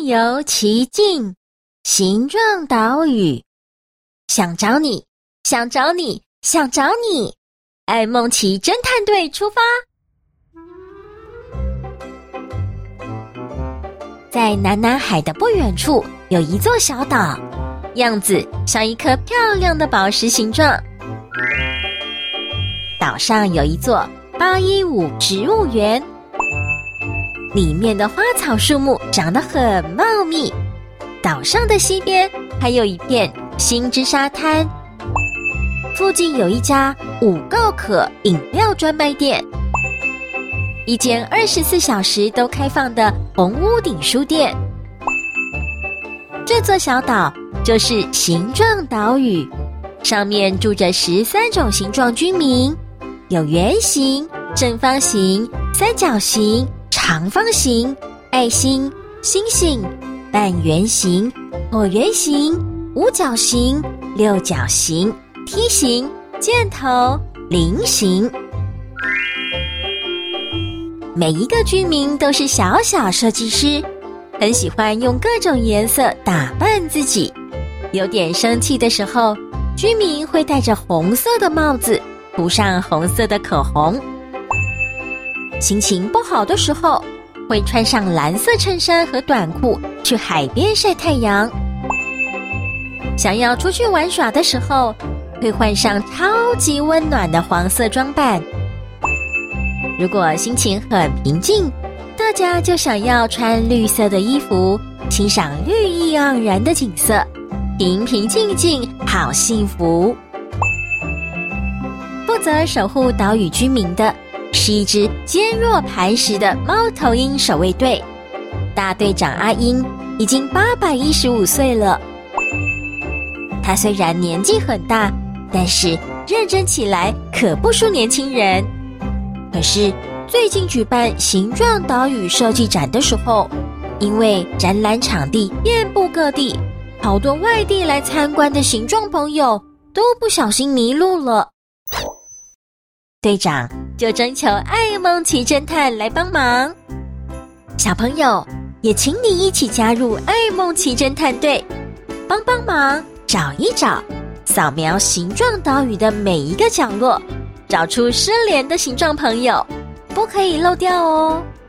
游奇境，形状岛屿。想找你，想找你，想找你！爱孟奇侦探队出发！在南南海的不远处，有一座小岛，样子像一颗漂亮的宝石形状。岛上有一座815植物园，里面的花草树木长得很茂密。岛上的西边还有一片星之沙滩，附近有一家5告可饮料专卖店，一间24小时都开放的红屋顶书店。这座小岛就是形状岛屿，上面住着13种形状居民，有圆形、正方形、三角形、长方形、爱心、星星、半圆形、椭圆形、五角形、六角形、梯形、箭头、菱形。每一个居民都是小小设计师，很喜欢用各种颜色打扮自己。有点生气的时候，居民会戴着红色的帽子，涂上红色的口红。心情不好的时候，会穿上蓝色衬衫和短裤去海边晒太阳。想要出去玩耍的时候，会换上超级温暖的黄色装扮。如果心情很平静，大家就想要穿绿色的衣服，欣赏绿意盎然的景色，平平静静，好幸福。负责守护岛屿居民的是一只坚若磐石的猫头鹰守卫队，大队长阿英已经815岁了。他虽然年纪很大，但是认真起来可不输年轻人。可是最近举办形状岛屿设计展的时候，因为展览场地遍布各地，好多外地来参观的形状朋友都不小心迷路了。队长就征求爱孟奇侦探来帮忙，小朋友也请你一起加入爱孟奇侦探队，帮帮忙找一找，扫描形状岛屿的每一个角落，找出失联的形状朋友，不可以漏掉哦。